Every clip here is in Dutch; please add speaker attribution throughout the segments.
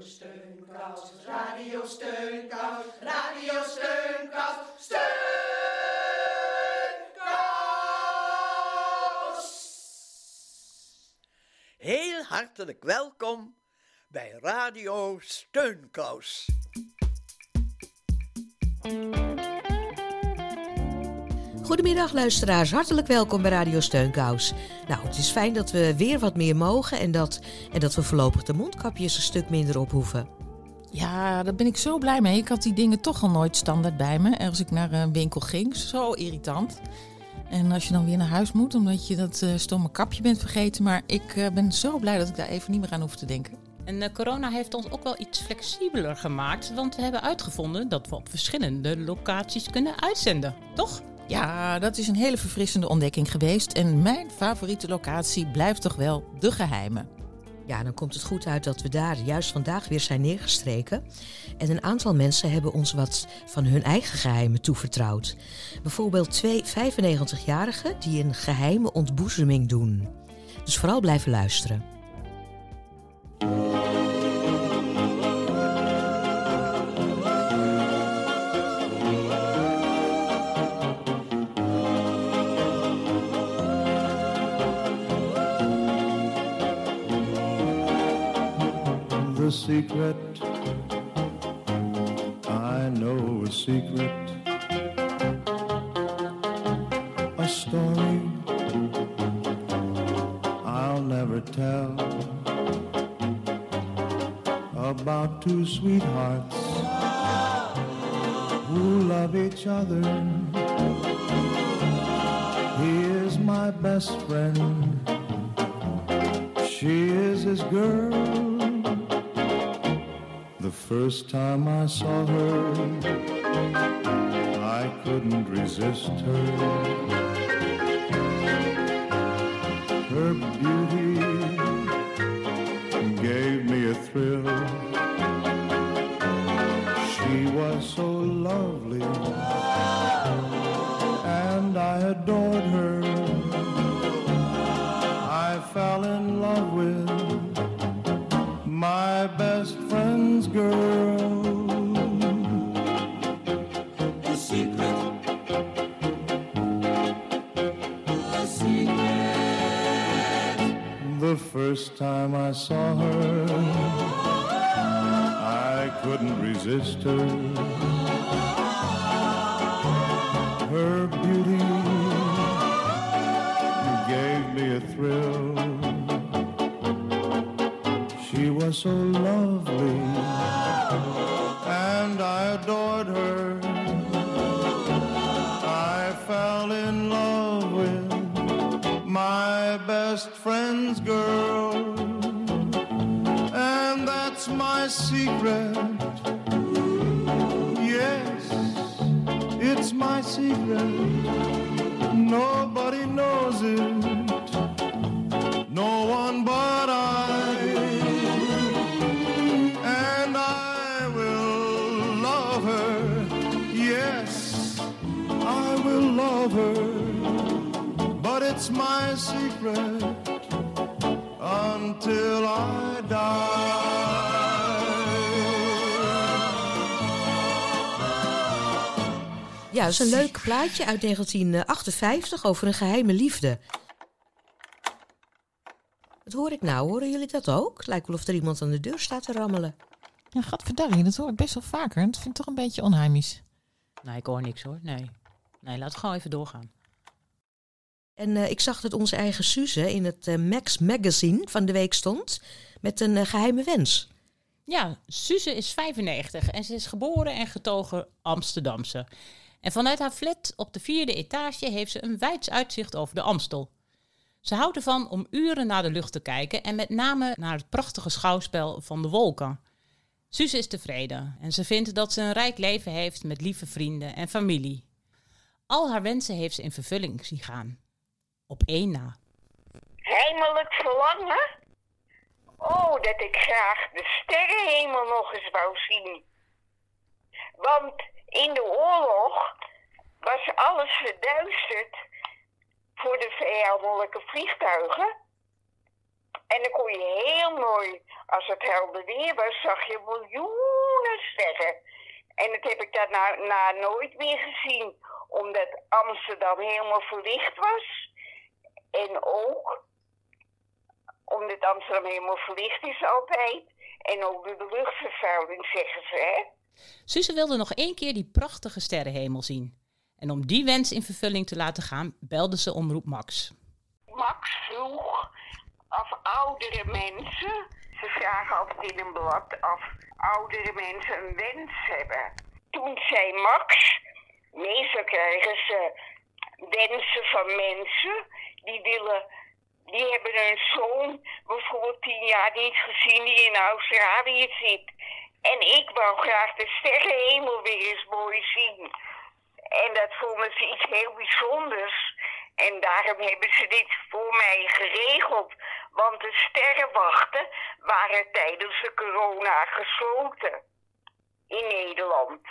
Speaker 1: Steunkous, Radio Steunkous, Radio Steunkous, Steunkous.
Speaker 2: Heel hartelijk welkom bij Radio Steunkous.
Speaker 3: Goedemiddag luisteraars, hartelijk welkom bij Radio Steunkous. Nou, het is fijn dat we weer wat meer mogen en dat we voorlopig de mondkapjes een stuk minder op hoeven.
Speaker 4: Ja, daar ben ik zo blij mee. Ik had die dingen toch al nooit standaard bij me. Als ik naar een winkel ging, zo irritant. En als je dan weer naar huis moet, omdat je dat stomme kapje bent vergeten. Maar ik ben zo blij dat ik daar even niet meer aan hoef te denken.
Speaker 5: En corona heeft ons ook wel iets flexibeler gemaakt. Want we hebben uitgevonden dat we op verschillende locaties kunnen uitzenden. Toch?
Speaker 4: Ja, dat is een hele verfrissende ontdekking geweest. En mijn favoriete locatie blijft toch wel de geheime.
Speaker 3: Ja, dan komt het goed uit dat we daar juist vandaag weer zijn neergestreken. En een aantal mensen hebben ons wat van hun eigen geheimen toevertrouwd. Bijvoorbeeld 2 95-jarigen die een geheime ontboezeming doen. Dus vooral blijven luisteren.
Speaker 6: The secret, I know a secret, a story I'll never tell, about 2 sweethearts who love each other. He is my best friend, she is his girl. The first time I saw her, I couldn't resist her. Her beauty gave me a thrill. She was so lovely, and I adored her. I fell in love with my best friend's girl.
Speaker 1: A secret, a secret.
Speaker 6: The first time I saw her, I couldn't resist her. Her beauty gave me a thrill. She was so lovely, and I adored her. I fell in love with my best friend's girl, and that's my secret. Yes, it's my secret. Nobody knows it, no one but I. Love her, but it's my secret until I die.
Speaker 3: Ja, dat is een leuk plaatje uit 1958 over een geheime liefde. Wat hoor ik nou? Horen jullie dat ook? Het lijkt wel of er iemand aan de deur staat te rammelen.
Speaker 4: Ja, gadverdarrie, dat hoor ik best wel vaker. Dat vind ik toch een beetje onheimisch.
Speaker 5: Nee, ik hoor niks hoor. Nee, laat het gewoon even doorgaan.
Speaker 3: En ik zag dat onze eigen Suze in het Max Magazine van de week stond met een geheime wens.
Speaker 5: Ja, Suze is 95 en ze is geboren en getogen Amsterdamse. En vanuit haar flat op de 4e etage heeft ze een wijds uitzicht over de Amstel. Ze houdt ervan om uren naar de lucht te kijken en met name naar het prachtige schouwspel van de wolken. Suze is tevreden en ze vindt dat ze een rijk leven heeft met lieve vrienden en familie. Al haar wensen heeft ze in vervulling zien gaan. Op 1 na.
Speaker 7: Heimelijk verlangen? Oh, dat ik graag de sterrenhemel nog eens wou zien. Want in de oorlog was alles verduisterd voor de vijandelijke vliegtuigen. En dan kon je heel mooi, als het helder weer was, zag je miljoenen sterren. En dat heb ik daarna nooit meer gezien, omdat Amsterdam helemaal verlicht was. En ook omdat Amsterdam helemaal verlicht is altijd. En ook door de luchtvervuiling, zeggen ze, hè.
Speaker 5: Suze wilde nog 1 keer die prachtige sterrenhemel zien. En om die wens in vervulling te laten gaan, belde ze Omroep Max.
Speaker 7: Max vroeg of oudere mensen, ze vragen altijd in een blad of oudere mensen een wens hebben. Toen zei Max, meestal krijgen ze wensen van mensen die hebben hun zoon bijvoorbeeld 10 jaar niet gezien die in Australië zit. En ik wou graag de sterrenhemel weer eens mooi zien. En dat vonden ze iets heel bijzonders. En daarom hebben ze dit voor mij geregeld. Want de sterrenwachten waren tijdens de corona gesloten. In Nederland.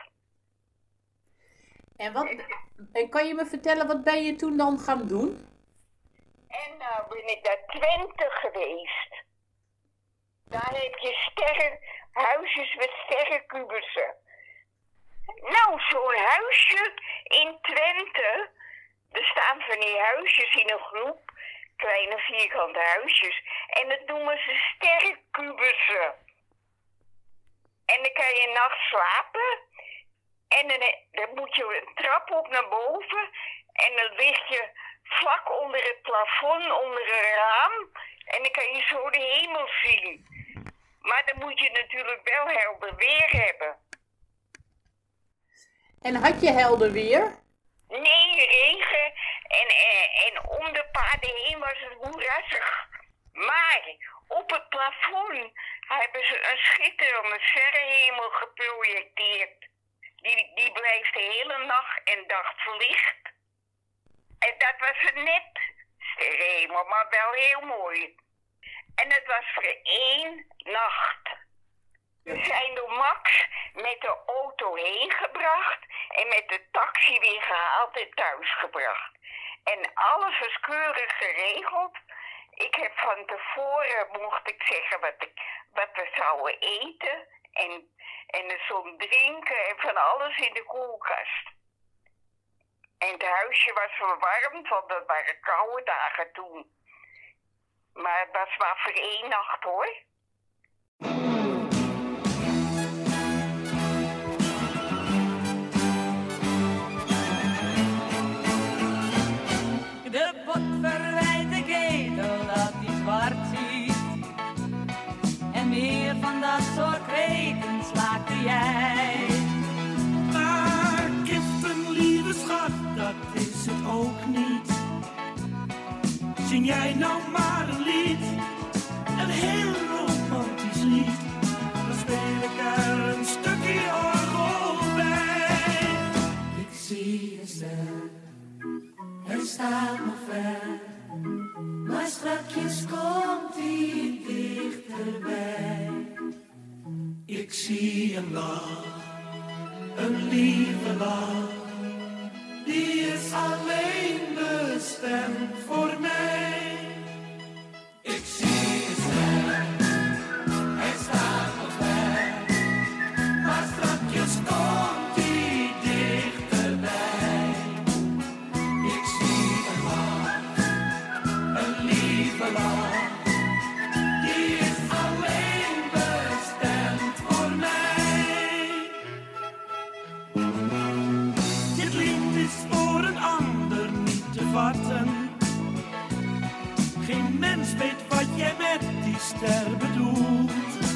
Speaker 5: En kan je me vertellen, wat ben je toen dan gaan doen?
Speaker 7: En nou ben ik naar Twente geweest. Daar heb je huisjes met sterrenkubussen. Nou, zo'n huisje in Twente. Er staan van die huisjes in een groep. Kleine vierkante huisjes. En dat noemen ze sterrenkubussen. En dan kan je 'n nacht slapen. En dan moet je een trap op naar boven. En dan lig je vlak onder het plafond, onder een raam. En dan kan je zo de hemel zien. Maar dan moet je natuurlijk wel helder weer hebben.
Speaker 5: En had je helder weer?
Speaker 7: Nee, regen. En om de paden heen was het moerassig. Maar op het plafond hebben ze een schitterende sterrenhemel geprojecteerd. Die blijft de hele nacht en dag verlicht. En dat was een net sterrenhemel, maar wel heel mooi. En het was voor 1 nacht. We zijn door Max met de auto heen gebracht en met de taxi weer gehaald en thuis gebracht. En alles was keurig geregeld. Ik heb van tevoren, mocht ik zeggen wat we zouden eten. En er stond drinken en van alles in de koelkast. En het huisje was verwarmd, want dat waren koude dagen toen. Maar het was maar voor 1 nacht, hoor.
Speaker 1: De pot verwijt de ketel dat hij zwart ziet. En meer van dat soort kreten slaakte jij.
Speaker 6: Maar giften, lieve schat, dat is het ook niet. Zing jij nou maar een lied, een heel romantisch lied. Dan speel ik er een stukje orgel bij. Ik zie een ster, hij staat nog ver. Maar strakjes komt hij dichterbij. Ik zie een lach, een lieve lach. Die is alleen bestemd voor mij. Ik zie een ster, hij staat nog ver. Maar strakjes komt hij dichterbij. Ik zie een lach, een lieve lach. Die is alleen bestemd voor mij. Dit lied is voor een ander niet te vatten. Geen mens weet wat jij met die ster bedoelt.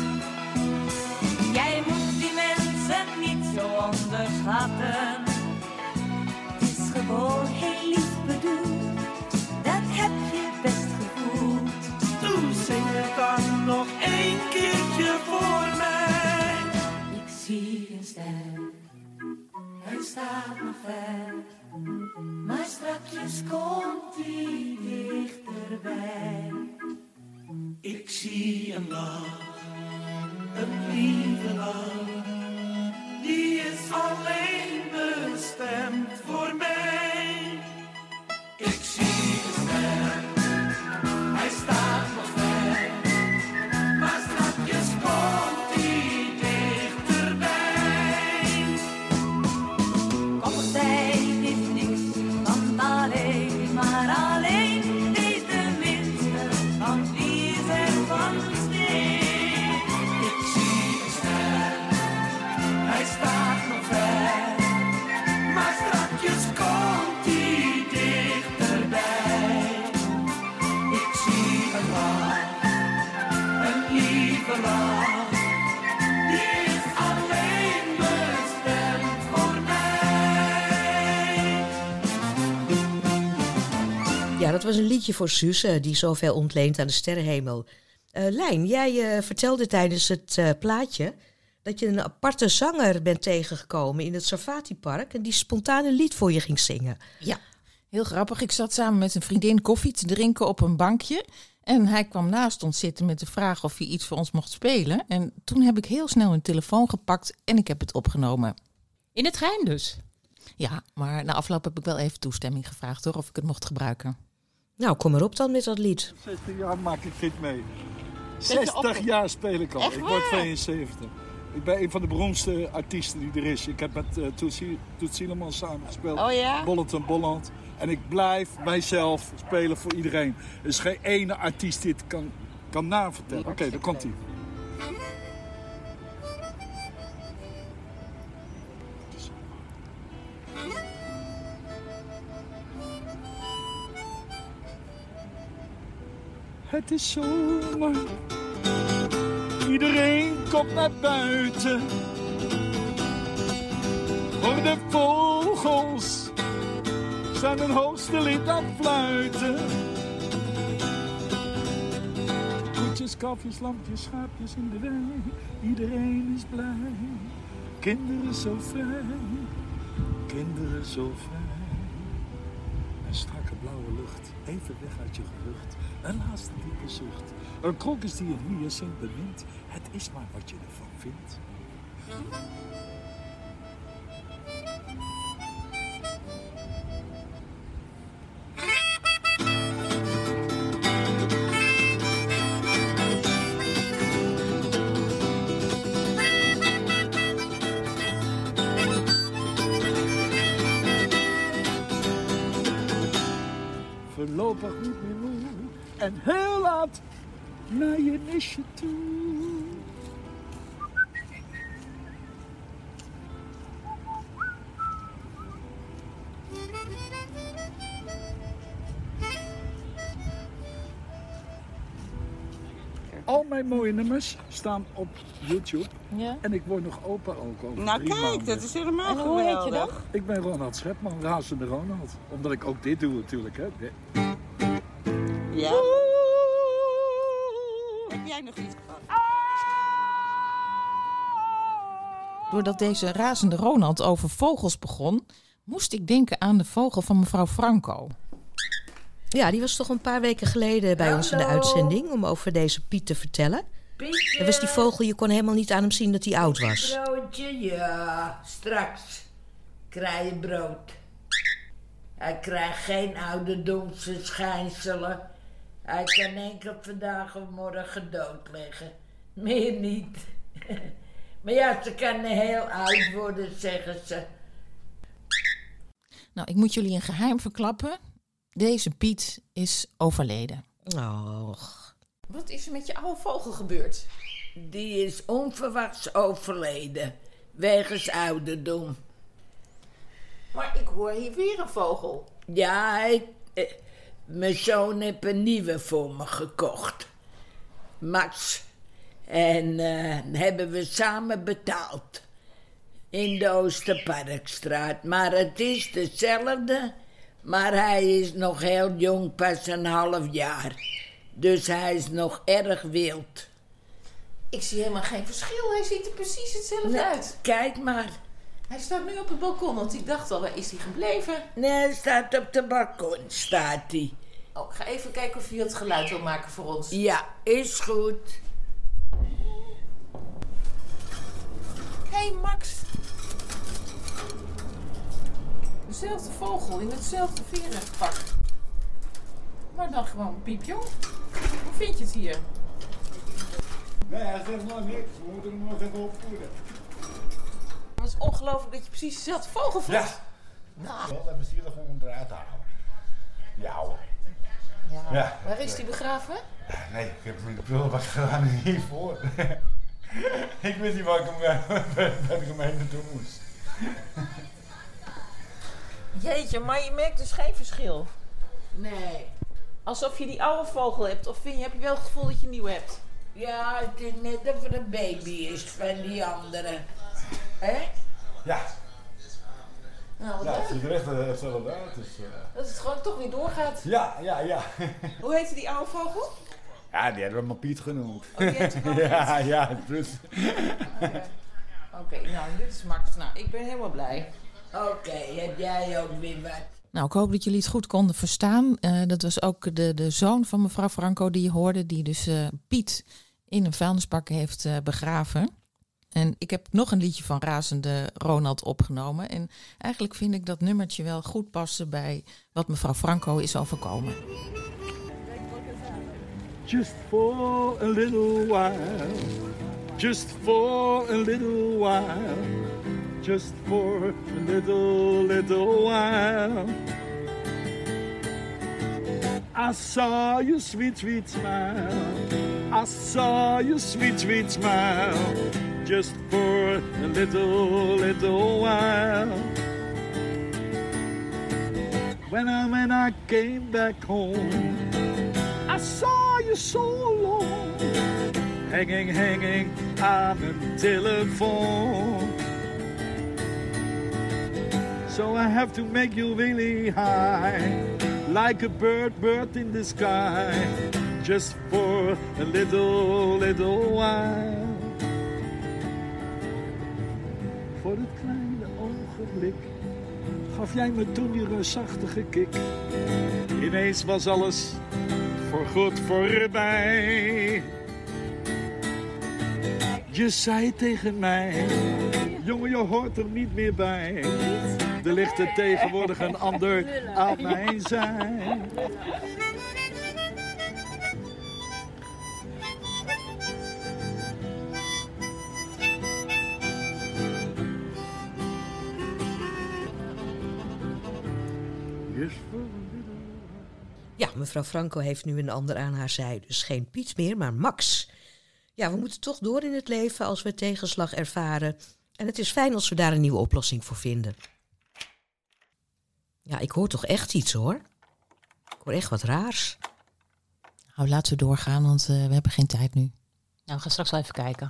Speaker 1: Jij moet die mensen niet zo onderschatten. Het is gewoon heel lief bedoeld, dat heb je best gevoeld.
Speaker 6: Doe, zing het dan nog 1 keertje voor mij.
Speaker 1: Ik zie een ster, hij staat nog ver. Maar strakjes komt hij dichterbij.
Speaker 6: Ik zie een lach, een lieve lach. Die is alleen bestemd voor mij. Ik zie een ster, hij staat nog ver. Die is alleen bestemd voor mij.
Speaker 3: Ja, dat was een liedje voor Suze die zoveel ontleent aan de sterrenhemel. Lijn, jij vertelde tijdens het plaatje dat je een aparte zanger bent tegengekomen in het Sarfati-park en die spontaan een lied voor je ging zingen.
Speaker 4: Ja, heel grappig. Ik zat samen met een vriendin koffie te drinken op een bankje. En hij kwam naast ons zitten met de vraag of hij iets voor ons mocht spelen. En toen heb ik heel snel een telefoon gepakt en ik heb het opgenomen.
Speaker 5: In het geheim dus.
Speaker 4: Ja, maar na afloop heb ik wel even toestemming gevraagd hoor, of ik het mocht gebruiken.
Speaker 3: Nou, kom maar op dan met dat lied.
Speaker 8: 60 jaar maak ik dit mee. 60 jaar speel ik al.
Speaker 5: Echt
Speaker 8: Ik word
Speaker 5: waar?
Speaker 8: 72. Ik ben een van de beroemdste artiesten die er is. Ik heb met Toet Zielemans samengespeeld.
Speaker 5: Oh ja?
Speaker 8: Bolland en Bolland. En ik blijf mijzelf spelen voor iedereen. Er is geen ene artiest die het kan navertellen. Oké, daar komt hij. Het is zomer. Iedereen komt naar buiten. Voor de vogels staan een hoogste lied aan fluiten. Koetjes, kalfjes, lampjes, schaapjes in de wei. Iedereen is blij. Kinderen zo vrij. Kinderen zo vrij. Een strakke blauwe lucht, even weg uit je gerucht. Een laatste diepe zucht. Een krokus die een hyacint bemint. Het is maar wat je ervan vindt. Voorlopig niet meer moe. En heel laat naar je nisje toe. Al mijn mooie nummers staan op YouTube.
Speaker 4: Ja.
Speaker 8: En ik word nog opa ook over
Speaker 9: Nou
Speaker 8: 3
Speaker 9: kijk,
Speaker 8: maanden.
Speaker 9: dat is helemaal
Speaker 4: En hoe heet je
Speaker 9: geweldig.
Speaker 4: dan?
Speaker 8: Ik ben Ronald Schepman, razende Ronald. Omdat ik ook dit doe natuurlijk. Hè.
Speaker 9: Ja. Heb jij nog iets?
Speaker 4: Doordat deze razende Ronald over vogels begon, moest ik denken aan de vogel van mevrouw Franco.
Speaker 3: Ja, die was toch een paar weken geleden bij ons in de uitzending om over deze Piet te vertellen. Dat was die vogel, je kon helemaal niet aan hem zien dat hij oud was.
Speaker 10: Broodje, ja, straks krijg je brood. Hij krijgt geen ouderdomse schijnselen. Hij kan enkel vandaag of morgen dood liggen. Meer niet. Maar ja, ze kan heel oud worden, zeggen ze.
Speaker 4: Nou, ik moet jullie een geheim verklappen. Deze Piet is overleden.
Speaker 3: Och.
Speaker 4: Wat is er met je oude vogel gebeurd?
Speaker 10: Die is onverwachts overleden. Wegens ouderdom.
Speaker 4: Maar ik hoor hier weer een vogel.
Speaker 10: Ja, mijn zoon heeft een nieuwe voor me gekocht. Max. En hebben we samen betaald. In de Oosterparkstraat. Maar het is dezelfde. Maar hij is nog heel jong, pas een half jaar. Dus hij is nog erg wild.
Speaker 4: Ik zie helemaal geen verschil. Hij ziet er precies hetzelfde
Speaker 10: Nou,
Speaker 4: uit.
Speaker 10: kijk maar.
Speaker 4: Hij staat nu op het balkon, want ik dacht al, waar is hij gebleven?
Speaker 10: Nee, hij staat op de balkon, staat hij.
Speaker 4: Oh, ik ga even kijken of hij het geluid wil maken voor ons.
Speaker 10: Ja, is goed.
Speaker 4: Hé, Max. Dezelfde vogel in hetzelfde verenpak. Maar dan gewoon piepjong. Hoe vind je het hier?
Speaker 8: Nee, hij zegt nog niks. We moeten hem nog even opvoeden.
Speaker 4: Het is ongelooflijk dat je precies dezelfde vogel vindt.
Speaker 8: Ja. Nou. Wel even zielig om hem eruit te halen. Ja hoor. Ja.
Speaker 4: Waar is hij begraven?
Speaker 8: Nee, ik heb hem in de prullenbak gedaan en hiervoor. Ik wist niet waar ik hem bij de gemeente toe moest.
Speaker 4: Jeetje, maar je merkt dus geen verschil.
Speaker 10: Nee.
Speaker 4: Alsof je die oude vogel hebt. Of heb je wel het gevoel dat je een nieuwe hebt?
Speaker 10: Ja, het is net of er een baby is van die andere. Hè?
Speaker 8: Ja.
Speaker 4: Nou,
Speaker 8: Ja,
Speaker 4: wat
Speaker 8: het
Speaker 4: leuk.
Speaker 8: ziet er echt hetzelfde uit. Dus,
Speaker 4: Dat het gewoon toch weer doorgaat.
Speaker 8: ja.
Speaker 9: Hoe heette die oude vogel?
Speaker 8: Ja, die hebben we maar Piet genoemd.
Speaker 9: Oh, die heet gewoon
Speaker 8: ja, plus.
Speaker 4: Oké, nou, dit is Max. Nou, ik ben helemaal blij.
Speaker 10: Oké, heb jij ook weer wat?
Speaker 4: Nou, ik hoop dat jullie het goed konden verstaan. Dat was ook de zoon van mevrouw Franco die je hoorde, die dus Piet in een vuilnisbak heeft begraven. En ik heb nog een liedje van Razende Ronald opgenomen. En eigenlijk vind ik dat nummertje wel goed passen bij wat mevrouw Franco is overkomen.
Speaker 8: Just for a little while. Just for a little while. Just for a little while. I saw your sweet smile. I saw your sweet smile. Just for a little while. When I came back home, I saw you so alone, hanging on the telephone. So I have to make you really high, like a bird in the sky, just for a little while. Voor het kleine ogenblik gaf jij me toen je reusachtige kick. Ineens was alles voorgoed voorbij. Je zei tegen mij, jongen, je hoort er niet meer bij. Er ligt er tegenwoordig een ander aan mijn zij.
Speaker 3: Ja, mevrouw Franco heeft nu een ander aan haar zij. Dus geen Piet meer, maar Max. Ja, we moeten toch door in het leven als we tegenslag ervaren. En het is fijn als we daar een nieuwe oplossing voor vinden. Ja, ik hoor toch echt iets, hoor. Ik hoor echt wat raars.
Speaker 4: Nou, laten we doorgaan, want we hebben geen tijd nu.
Speaker 5: Nou, we gaan straks wel even kijken.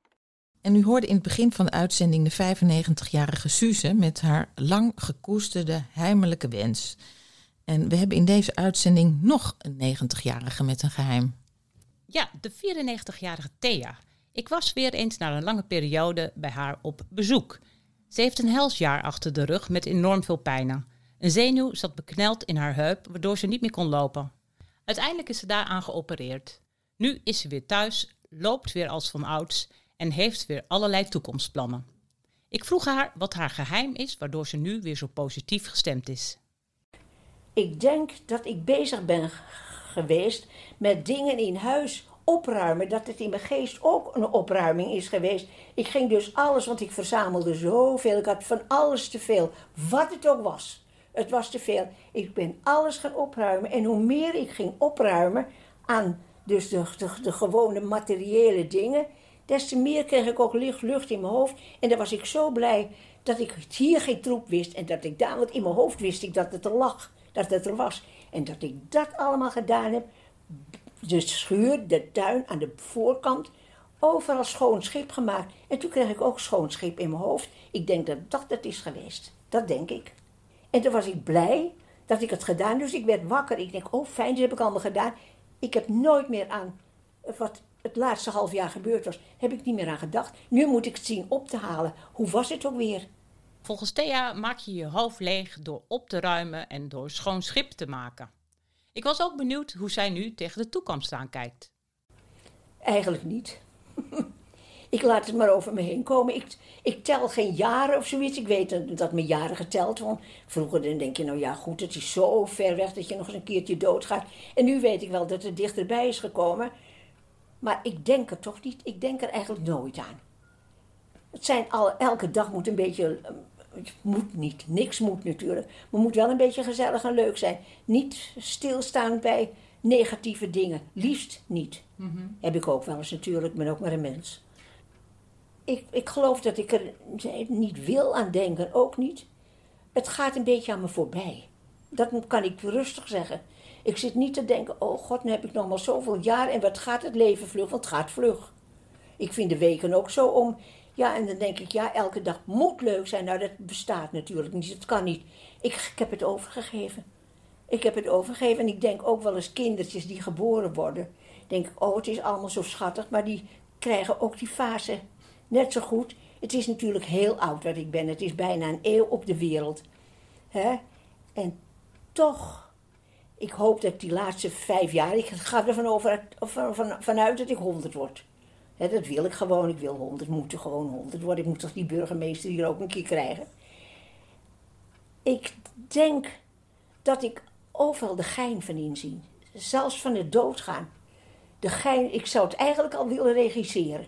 Speaker 4: En u hoorde in het begin van de uitzending de 95-jarige Suze met haar lang gekoesterde heimelijke wens. En we hebben in deze uitzending nog een 90-jarige met een geheim.
Speaker 5: Ja, de 94-jarige Thea. Ik was weer eens na een lange periode bij haar op bezoek. Ze heeft een hels jaar achter de rug met enorm veel pijnen. Een zenuw zat bekneld in haar heup, waardoor ze niet meer kon lopen. Uiteindelijk is ze daaraan geopereerd. Nu is ze weer thuis, loopt weer als van ouds en heeft weer allerlei toekomstplannen. Ik vroeg haar wat haar geheim is, waardoor ze nu weer zo positief gestemd is.
Speaker 11: Ik denk dat ik bezig ben geweest met dingen in huis opruimen. Dat het in mijn geest ook een opruiming is geweest. Ik ging dus alles, want ik verzamelde zoveel. Ik had van alles te veel. Wat het ook was. Het was te veel. Ik ben alles gaan opruimen. En hoe meer ik ging opruimen aan dus de gewone materiële dingen, des te meer kreeg ik ook lucht in mijn hoofd. En dan was ik zo blij dat ik hier geen troep wist. En dat ik daar, want in mijn hoofd wist ik dat het er lag. Dat het er was. En dat ik dat allemaal gedaan heb. De schuur, de tuin aan de voorkant. Overal schoon schip gemaakt. En toen kreeg ik ook schoon schip in mijn hoofd. Ik denk dat dat het is geweest. Dat denk ik. En toen was ik blij dat ik het gedaan. Dus ik werd wakker. Ik denk, oh fijn, dat heb ik allemaal gedaan. Ik heb nooit meer aan wat het laatste half jaar gebeurd was. Heb ik niet meer aan gedacht. Nu moet ik het zien op te halen. Hoe was het ook weer?
Speaker 5: Volgens Thea maak je je hoofd leeg door op te ruimen en door schoon schip te maken. Ik was ook benieuwd hoe zij nu tegen de toekomst aankijkt.
Speaker 11: Eigenlijk niet. Ik laat het maar over me heen komen. Ik tel geen jaren of zoiets. Ik weet dat mijn jaren geteld worden. Vroeger dan denk je, nou ja goed, het is zo ver weg dat je nog eens een keertje doodgaat. En nu weet ik wel dat het dichterbij is gekomen. Maar ik denk er toch niet. Ik denk er eigenlijk nooit aan. Het zijn elke dag moet een beetje. Het moet niet. Niks moet natuurlijk. Maar het moet wel een beetje gezellig en leuk zijn. Niet stilstaan bij negatieve dingen. Liefst niet. Heb ik ook wel eens natuurlijk. Ik ben ook maar een mens. Ik geloof dat ik er niet wil aan denken. Ook niet. Het gaat een beetje aan me voorbij. Dat kan ik rustig zeggen. Ik zit niet te denken, oh god, nu heb ik nog maar zoveel jaar en wat gaat het leven vlug, want het gaat vlug. Ik vind de weken ook zo om, ja, en dan denk ik, ja, elke dag moet leuk zijn. Nou, dat bestaat natuurlijk niet, dat kan niet. Ik heb het overgegeven. Ik heb het overgegeven en ik denk ook wel eens kindertjes die geboren worden. Denk ik, oh, het is allemaal zo schattig, maar die krijgen ook die fase net zo goed. Het is natuurlijk heel oud wat ik ben, het is bijna een eeuw op de wereld. Hè? En toch, ik hoop dat ik die laatste 5 jaar, ik ga ervan vanuit dat ik 100 word. Hè, dat wil ik gewoon, ik wil 100, moet er gewoon 100 worden. Ik moet toch die burgemeester hier ook een keer krijgen. Ik denk dat ik overal de gein van inzie. Zelfs van het doodgaan. De gein, ik zou het eigenlijk al willen regisseren.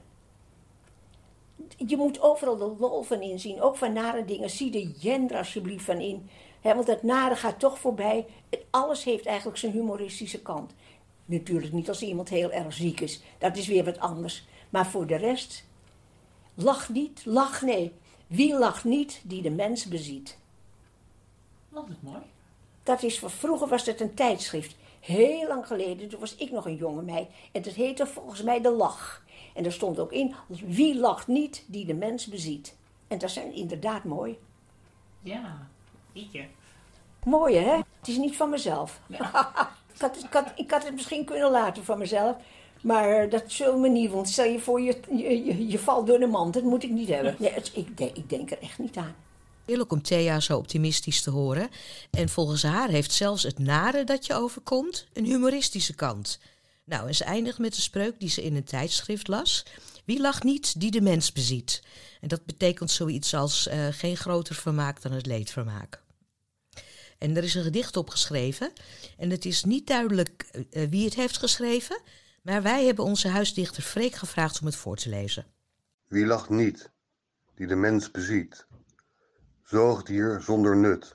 Speaker 11: Je moet overal de lol van inzien, ook van nare dingen. Zie de gender alsjeblieft van in. He, want dat nare gaat toch voorbij. Alles heeft eigenlijk zijn humoristische kant. Natuurlijk niet als iemand heel erg ziek is. Dat is weer wat anders. Maar voor de rest, lach niet, lach nee. Wie lacht niet die de mens beziet?
Speaker 5: Dat is mooi.
Speaker 11: Dat is, vroeger was het een tijdschrift. Heel lang geleden, toen was ik nog een jonge meid. En dat heette volgens mij De Lach. En daar stond ook in, wie lacht niet die de mens beziet. En dat zijn inderdaad mooi.
Speaker 5: Ja, ietsje.
Speaker 11: Mooi hè? Het is niet van mezelf. Ja. ik had het misschien kunnen laten van mezelf. Maar dat zullen we niet, want stel je voor je valt door de mand. Dat moet ik niet hebben. Nee, ik denk er echt niet aan.
Speaker 3: Heerlijk om Thea zo optimistisch te horen. En volgens haar heeft zelfs het nare dat je overkomt een humoristische kant. Nou, en ze eindigt met een spreuk die ze in een tijdschrift las. Wie lacht niet die de mens beziet? En dat betekent zoiets als geen groter vermaak dan het leedvermaak. En er is een gedicht opgeschreven. En het is niet duidelijk wie het heeft geschreven. Maar wij hebben onze huisdichter Freek gevraagd om het voor te lezen.
Speaker 12: Wie lacht niet die de mens beziet? Zoogdier zonder nut,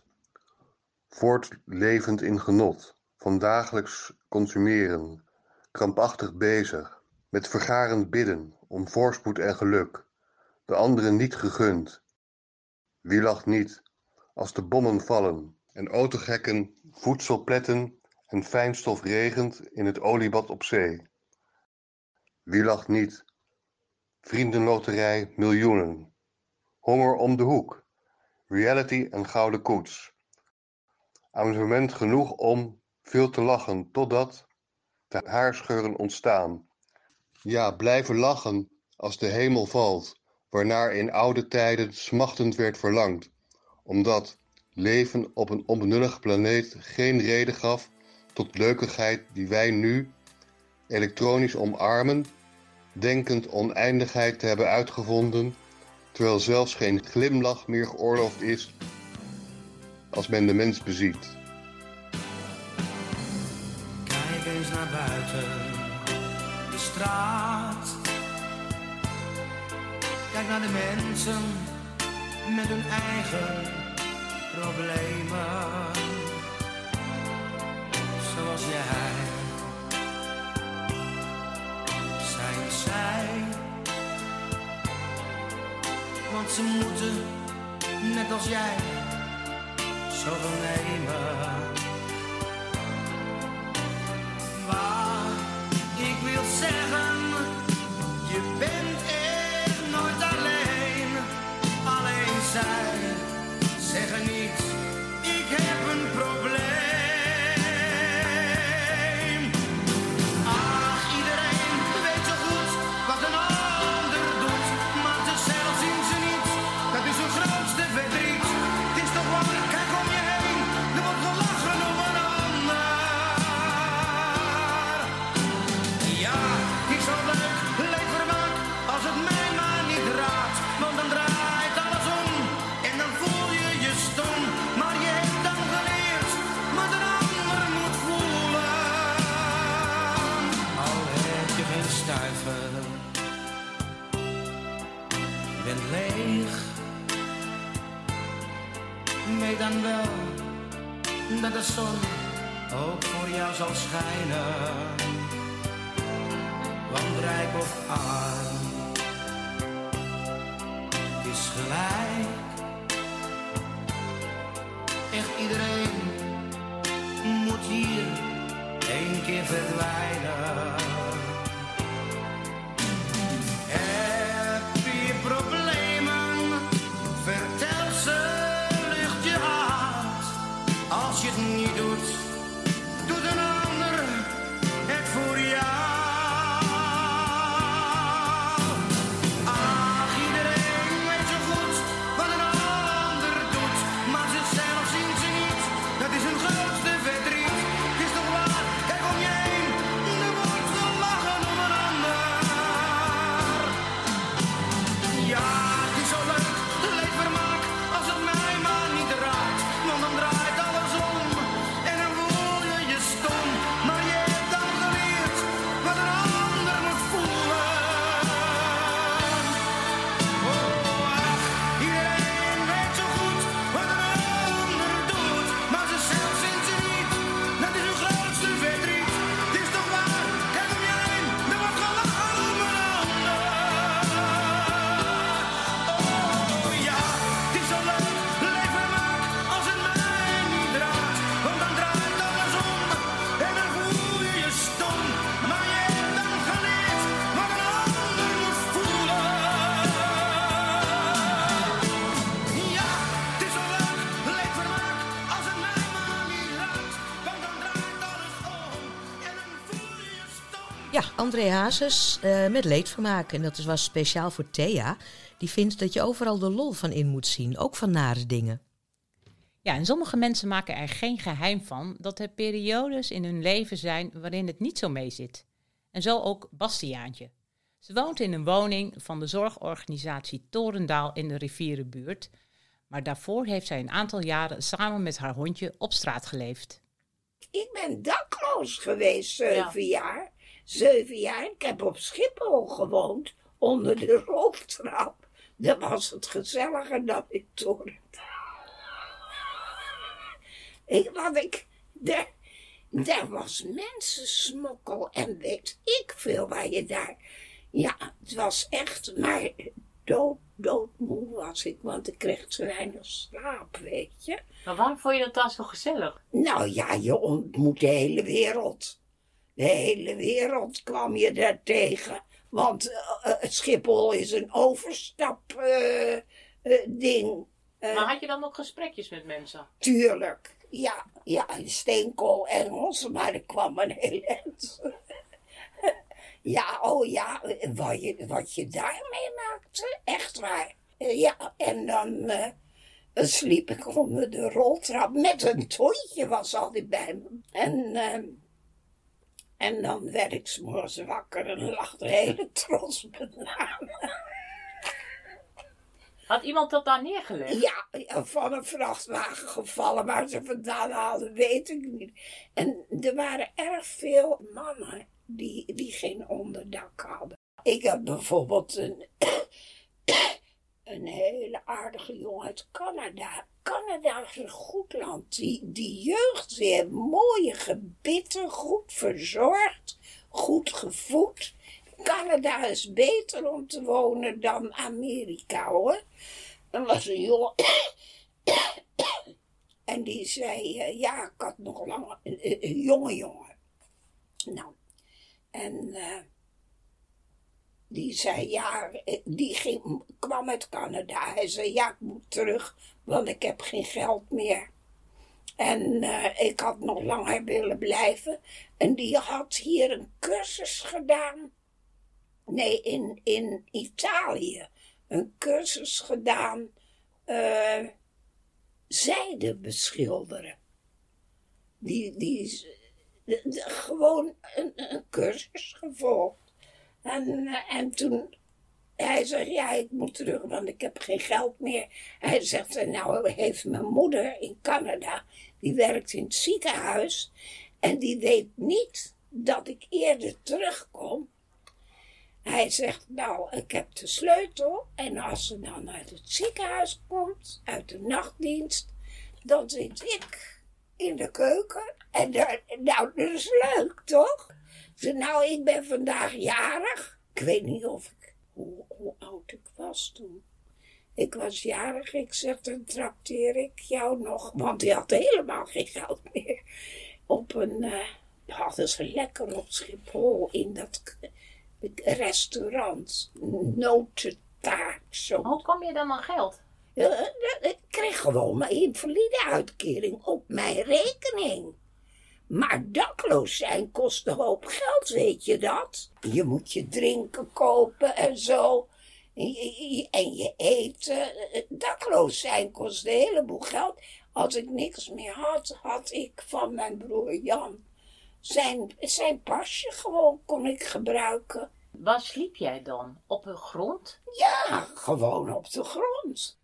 Speaker 12: voortlevend in genot van dagelijks consumeren, krampachtig bezig, met vergarend bidden om voorspoed en geluk, de anderen niet gegund. Wie lacht niet als de bommen vallen en autogekken voedsel pletten en fijnstof regent in het oliebad op zee? Wie lacht niet? Vriendenloterij miljoenen, honger om de hoek, reality en gouden koets. Amusement genoeg om veel te lachen totdat de haarscheuren ontstaan. Ja, blijven lachen als de hemel valt, waarnaar in oude tijden smachtend werd verlangd, omdat leven op een onbenullige planeet geen reden gaf tot leukigheid die wij nu elektronisch omarmen, denkend oneindigheid te hebben uitgevonden, terwijl zelfs geen glimlach meer geoorloofd is als men de mens beziet.
Speaker 6: Kijk eens naar buiten, de straat. Kijk naar de mensen met hun eigen problemen. Zoals jij, zijn zij. Want ze moeten, net als jij, zoveel nemen. Maar ik wil zeggen, je bent echt nooit alleen. Alleen zij zeggen niet, ik heb een probleem. Ach, iedereen weet zo goed wat een ander doet, maar zichzelf zien ze niet, dat is hun grootste verdriet. Het is toch waar, kijk om je heen, er wordt gelachen om een ander. Ja, ik zal leuk, leedvermaak, als het mij maar niet raakt, want dan draait alles om en dan voel je je stom. Maar je hebt dan geleerd wat een ander moet voelen. Al heb je geen stuiver, je bent leeg, weet dan wel dat de zon ook voor jou zal schijnen. Want rijk of arm, het is gelijk. Echt iedereen moet hier
Speaker 3: Ja, André Hazes met leedvermaak. En dat was speciaal voor Thea. Die vindt dat je overal de lol van in moet zien, ook van nare dingen.
Speaker 5: Ja, en sommige mensen maken er geen geheim van dat er periodes in hun leven zijn waarin het niet zo mee zit. En zo ook Bastiaantje. Ze woont in een woning van de zorgorganisatie Torendaal in de Rivierenbuurt. Maar daarvoor heeft zij een aantal jaren samen met haar hondje op straat geleefd.
Speaker 11: Ik ben dakloos geweest 7 jaar. 7 jaar. Ik heb op Schiphol gewoond, onder de roltrap. Dan was het gezelliger dan in Torendaal. Daar was mensensmokkel en weet ik veel waar je daar... Ja, het was echt, maar doodmoe was ik, want ik kreeg te weinig slaap, weet je.
Speaker 5: Maar waarom vond je dat dan zo gezellig?
Speaker 11: Nou ja, je ontmoet de hele wereld. De hele wereld kwam je daar tegen. Want Schiphol is een overstap ding.
Speaker 5: Maar had je dan ook gesprekjes met mensen?
Speaker 11: Tuurlijk. Ja, in steenkool Engels, maar er kwam een heel eind. Ja, wat je daar meemaakte, echt waar. Ja, en dan sliep ik onder de roltrap met een tooitje, was altijd bij me. En dan werd ik 's morgens wakker en lag de hele tros bananen.
Speaker 5: Had iemand dat daar neergelegd?
Speaker 11: Ja, van een vrachtwagen gevallen, waar ze vandaan haalden, weet ik niet. En er waren erg veel mannen die geen onderdak hadden. Ik heb bijvoorbeeld een hele aardige jongen uit Canada. Canada is een goed land. Die jeugd, die heeft mooie gebitten, goed verzorgd, goed gevoed. Canada is beter om te wonen dan Amerika, hoor. Er was een jongen en die zei, ik had nog lang een jonge jongen. Nou, en die zei, kwam uit Canada. Hij zei, ik moet terug, want ik heb geen geld meer. En ik had nog langer willen blijven. En die had hier een cursus gedaan. Nee, in Italië. Een cursus gedaan. Zijde beschilderen. Gewoon een cursus gevolgd. En toen... Hij zegt, ik moet terug, want ik heb geen geld meer. Hij zegt, nou heeft mijn moeder in Canada, die werkt in het ziekenhuis. En die weet niet dat ik eerder terugkom. Hij zegt, nou, ik heb de sleutel. En als ze dan uit het ziekenhuis komt, uit de nachtdienst, dan zit ik in de keuken. En dat is leuk, toch? Nou, ik ben vandaag jarig. Ik weet niet hoe oud ik was toen. Ik was jarig. Ik zeg, dan trakteer ik jou nog. Want die had helemaal geen geld meer. Hadden ze lekker op Schiphol in dat restaurant. Notentaart. Zo.
Speaker 5: Hoe kom je dan aan geld?
Speaker 11: Ik kreeg gewoon mijn invalideuitkering op mijn rekening. Maar dakloos zijn kost een hoop geld, weet je dat? Je moet je drinken kopen en zo. En je eten. Dakloos zijn kost een heleboel geld. Als ik niks meer had ik van mijn broer Jan. Zijn pasje gewoon kon ik gebruiken.
Speaker 5: Waar sliep jij dan? Op de grond?
Speaker 11: Ja, gewoon op de grond.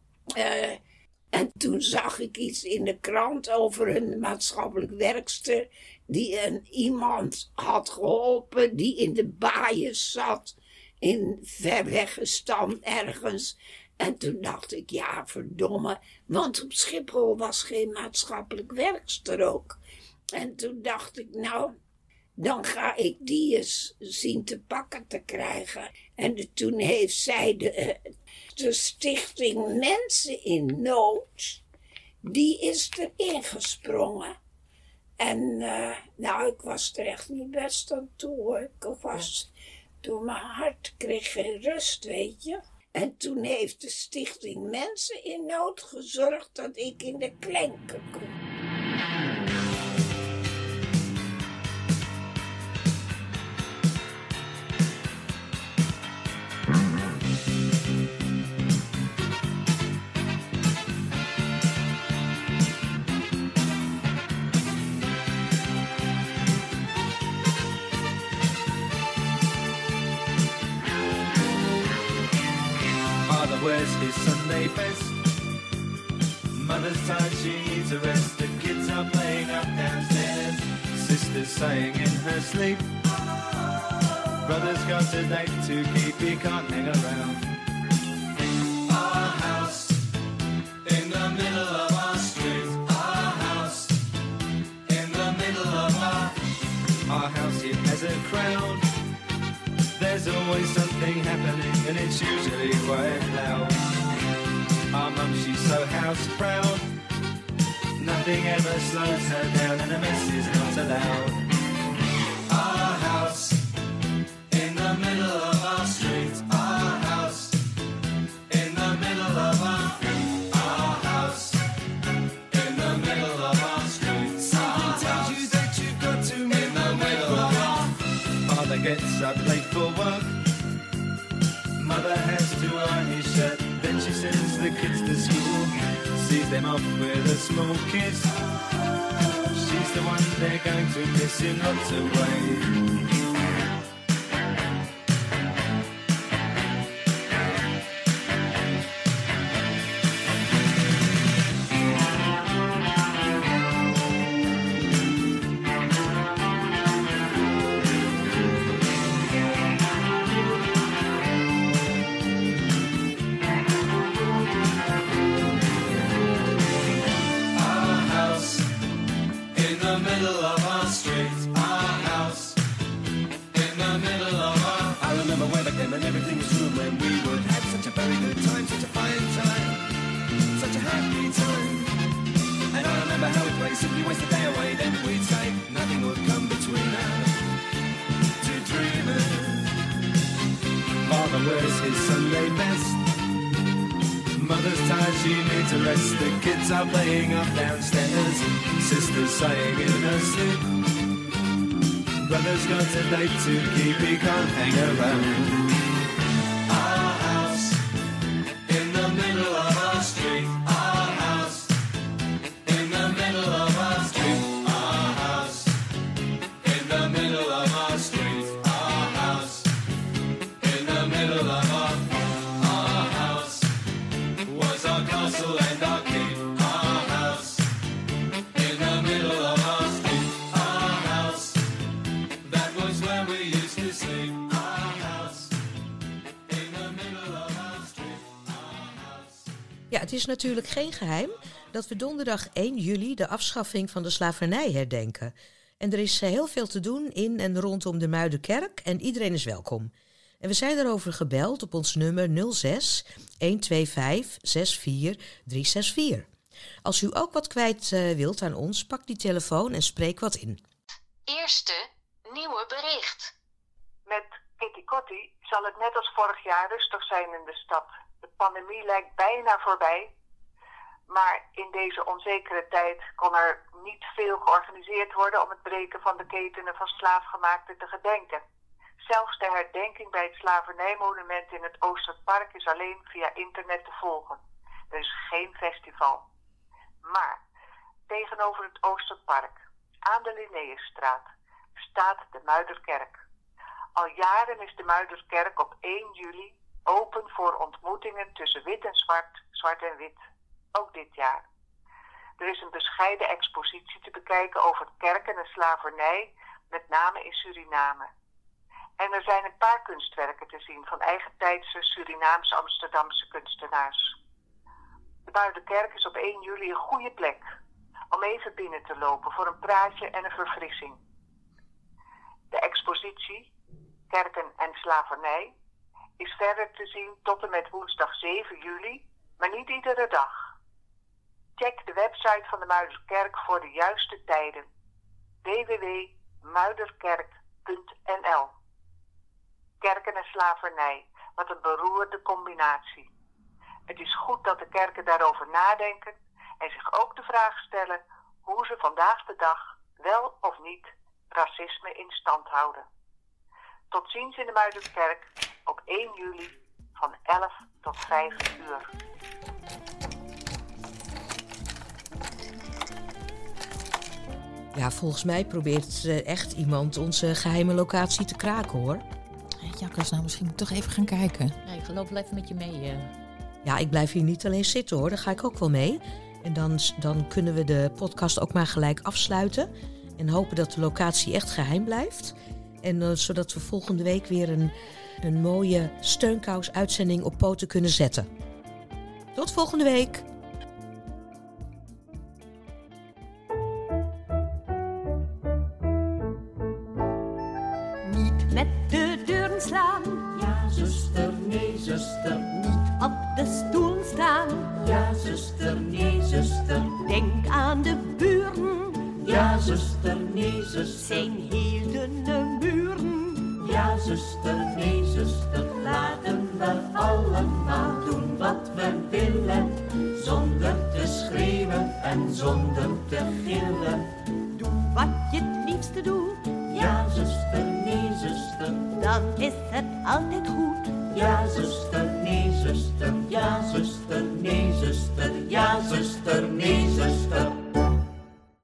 Speaker 11: En toen zag ik iets in de krant over een maatschappelijk werkster die iemand had geholpen die in de baaien zat, in ver weggestampt ergens. En toen dacht ik, ja verdomme, want op Schiphol was geen maatschappelijk werkster ook. En toen dacht ik, nou, dan ga ik die eens zien te pakken te krijgen. En toen heeft zij de stichting Mensen in Nood, die is erin gesprongen. En ik was er echt niet best aan toe, hoor. Door mijn hart kreeg geen rust, weet je. En toen heeft de stichting Mensen in Nood gezorgd dat ik in de klenken kon.
Speaker 13: wears his Sunday best. Mother's tired, she needs a rest. The kids are playing up downstairs. Sister's sighing in her sleep. Brother's got a date to keep, he can't hang around. Our house in the middle of our street. Our house in the middle of our house, it has a crowd. There's always something happening and it's usually quite loud. Our mum, she's so house proud. Nothing ever slows her down and a mess is not allowed. Our house in the middle of our street. Our house in the middle of our house in the middle of our street. Something tells you that you've got to meet in the middle of our. Father gets up late for work. Mother has to iron his shirt. Then she sends the kids to school. Sees them off with a small kiss. She's the one they're going to miss in lots of ways. And everything was true when we would have such a very good time, such a fine time, such a happy time. And I remember how we'd play, simply waste the day away. Then we'd say nothing would come between us, two dreamers. Father wears his Sunday best. Mother's tired, she needs a rest. The kids are playing up downstairs. Sister's sighing in her sleep. Brother's got a date to keep, he can't hang around. Our house in the middle of our street. Our house in the middle of our street. Our house in the middle of our street. Our house in the middle of our house was our castle and our keep. Our house in the middle of our street. Our house, that was where we used to sleep. Our house in the middle of our street. Our house.
Speaker 3: Ja, het is natuurlijk geen geheim dat we donderdag 1 juli de afschaffing van de slavernij herdenken. En er is heel veel te doen in en rondom de Muiderkerk en iedereen is welkom. En we zijn erover gebeld op ons nummer 06 125 64 364. Als u ook wat kwijt wilt aan ons, pak die telefoon en spreek wat in.
Speaker 14: Eerste nieuwe bericht.
Speaker 15: Met Kitty Kotti zal het net als vorig jaar rustig zijn in de stad. De pandemie lijkt bijna voorbij. Maar in deze onzekere tijd kon er niet veel georganiseerd worden om het breken van de ketenen van slaafgemaakten te gedenken. Zelfs de herdenking bij het slavernijmonument in het Oosterpark is alleen via internet te volgen. Er is geen festival. Maar tegenover het Oosterpark, aan de Linnaeusstraat, staat de Muiderkerk. Al jaren is de Muiderkerk op 1 juli open voor ontmoetingen tussen wit en zwart, zwart en wit. Ook dit jaar. Er is een bescheiden expositie te bekijken over kerken en slavernij, met name in Suriname. En er zijn een paar kunstwerken te zien van eigentijdse Surinaams-Amsterdamse kunstenaars. De Muiderkerk is op 1 juli een goede plek om even binnen te lopen voor een praatje en een verfrissing. De expositie, Kerken en Slavernij, is verder te zien tot en met woensdag 7 juli, maar niet iedere dag. Check de website van de Muiderkerk voor de juiste tijden. www.muiderkerk.nl. Kerken en slavernij, wat een beroerde combinatie. Het is goed dat de kerken daarover nadenken en zich ook de vraag stellen hoe ze vandaag de dag wel of niet racisme in stand houden. Tot ziens in de Muiderkerk op 1 juli van 11 tot 5 uur.
Speaker 3: Ja, volgens mij probeert echt iemand onze geheime locatie te kraken, hoor.
Speaker 4: Jakkers, nou misschien moet ik toch even gaan kijken.
Speaker 5: Ja, ik loop wel even met je mee.
Speaker 3: Ja, ik blijf hier niet alleen zitten hoor, daar ga ik ook wel mee. En dan kunnen we de podcast ook maar gelijk afsluiten. En hopen dat de locatie echt geheim blijft. En zodat we volgende week weer een mooie Steunkous-uitzending op poten kunnen zetten. Tot volgende week!
Speaker 1: Niet met de deuren slaan.
Speaker 13: Ja, zuster, nee, zuster.
Speaker 1: Niet op de stoel staan.
Speaker 13: Ja, zuster, nee, zuster.
Speaker 1: Denk aan de buren.
Speaker 13: Ja, zuster, nee, zuster.
Speaker 1: Zijn heel dunne muren.
Speaker 13: Ja, zuster, nee, zuster. Laten we allemaal doen wat we willen. Zonder te schreeuwen en zonder te gillen.
Speaker 1: Doe wat je het liefste doet.
Speaker 13: Ja, zuster, nee, zuster.
Speaker 1: Dan is het altijd goed.
Speaker 13: Ja, zuster, nee, zuster.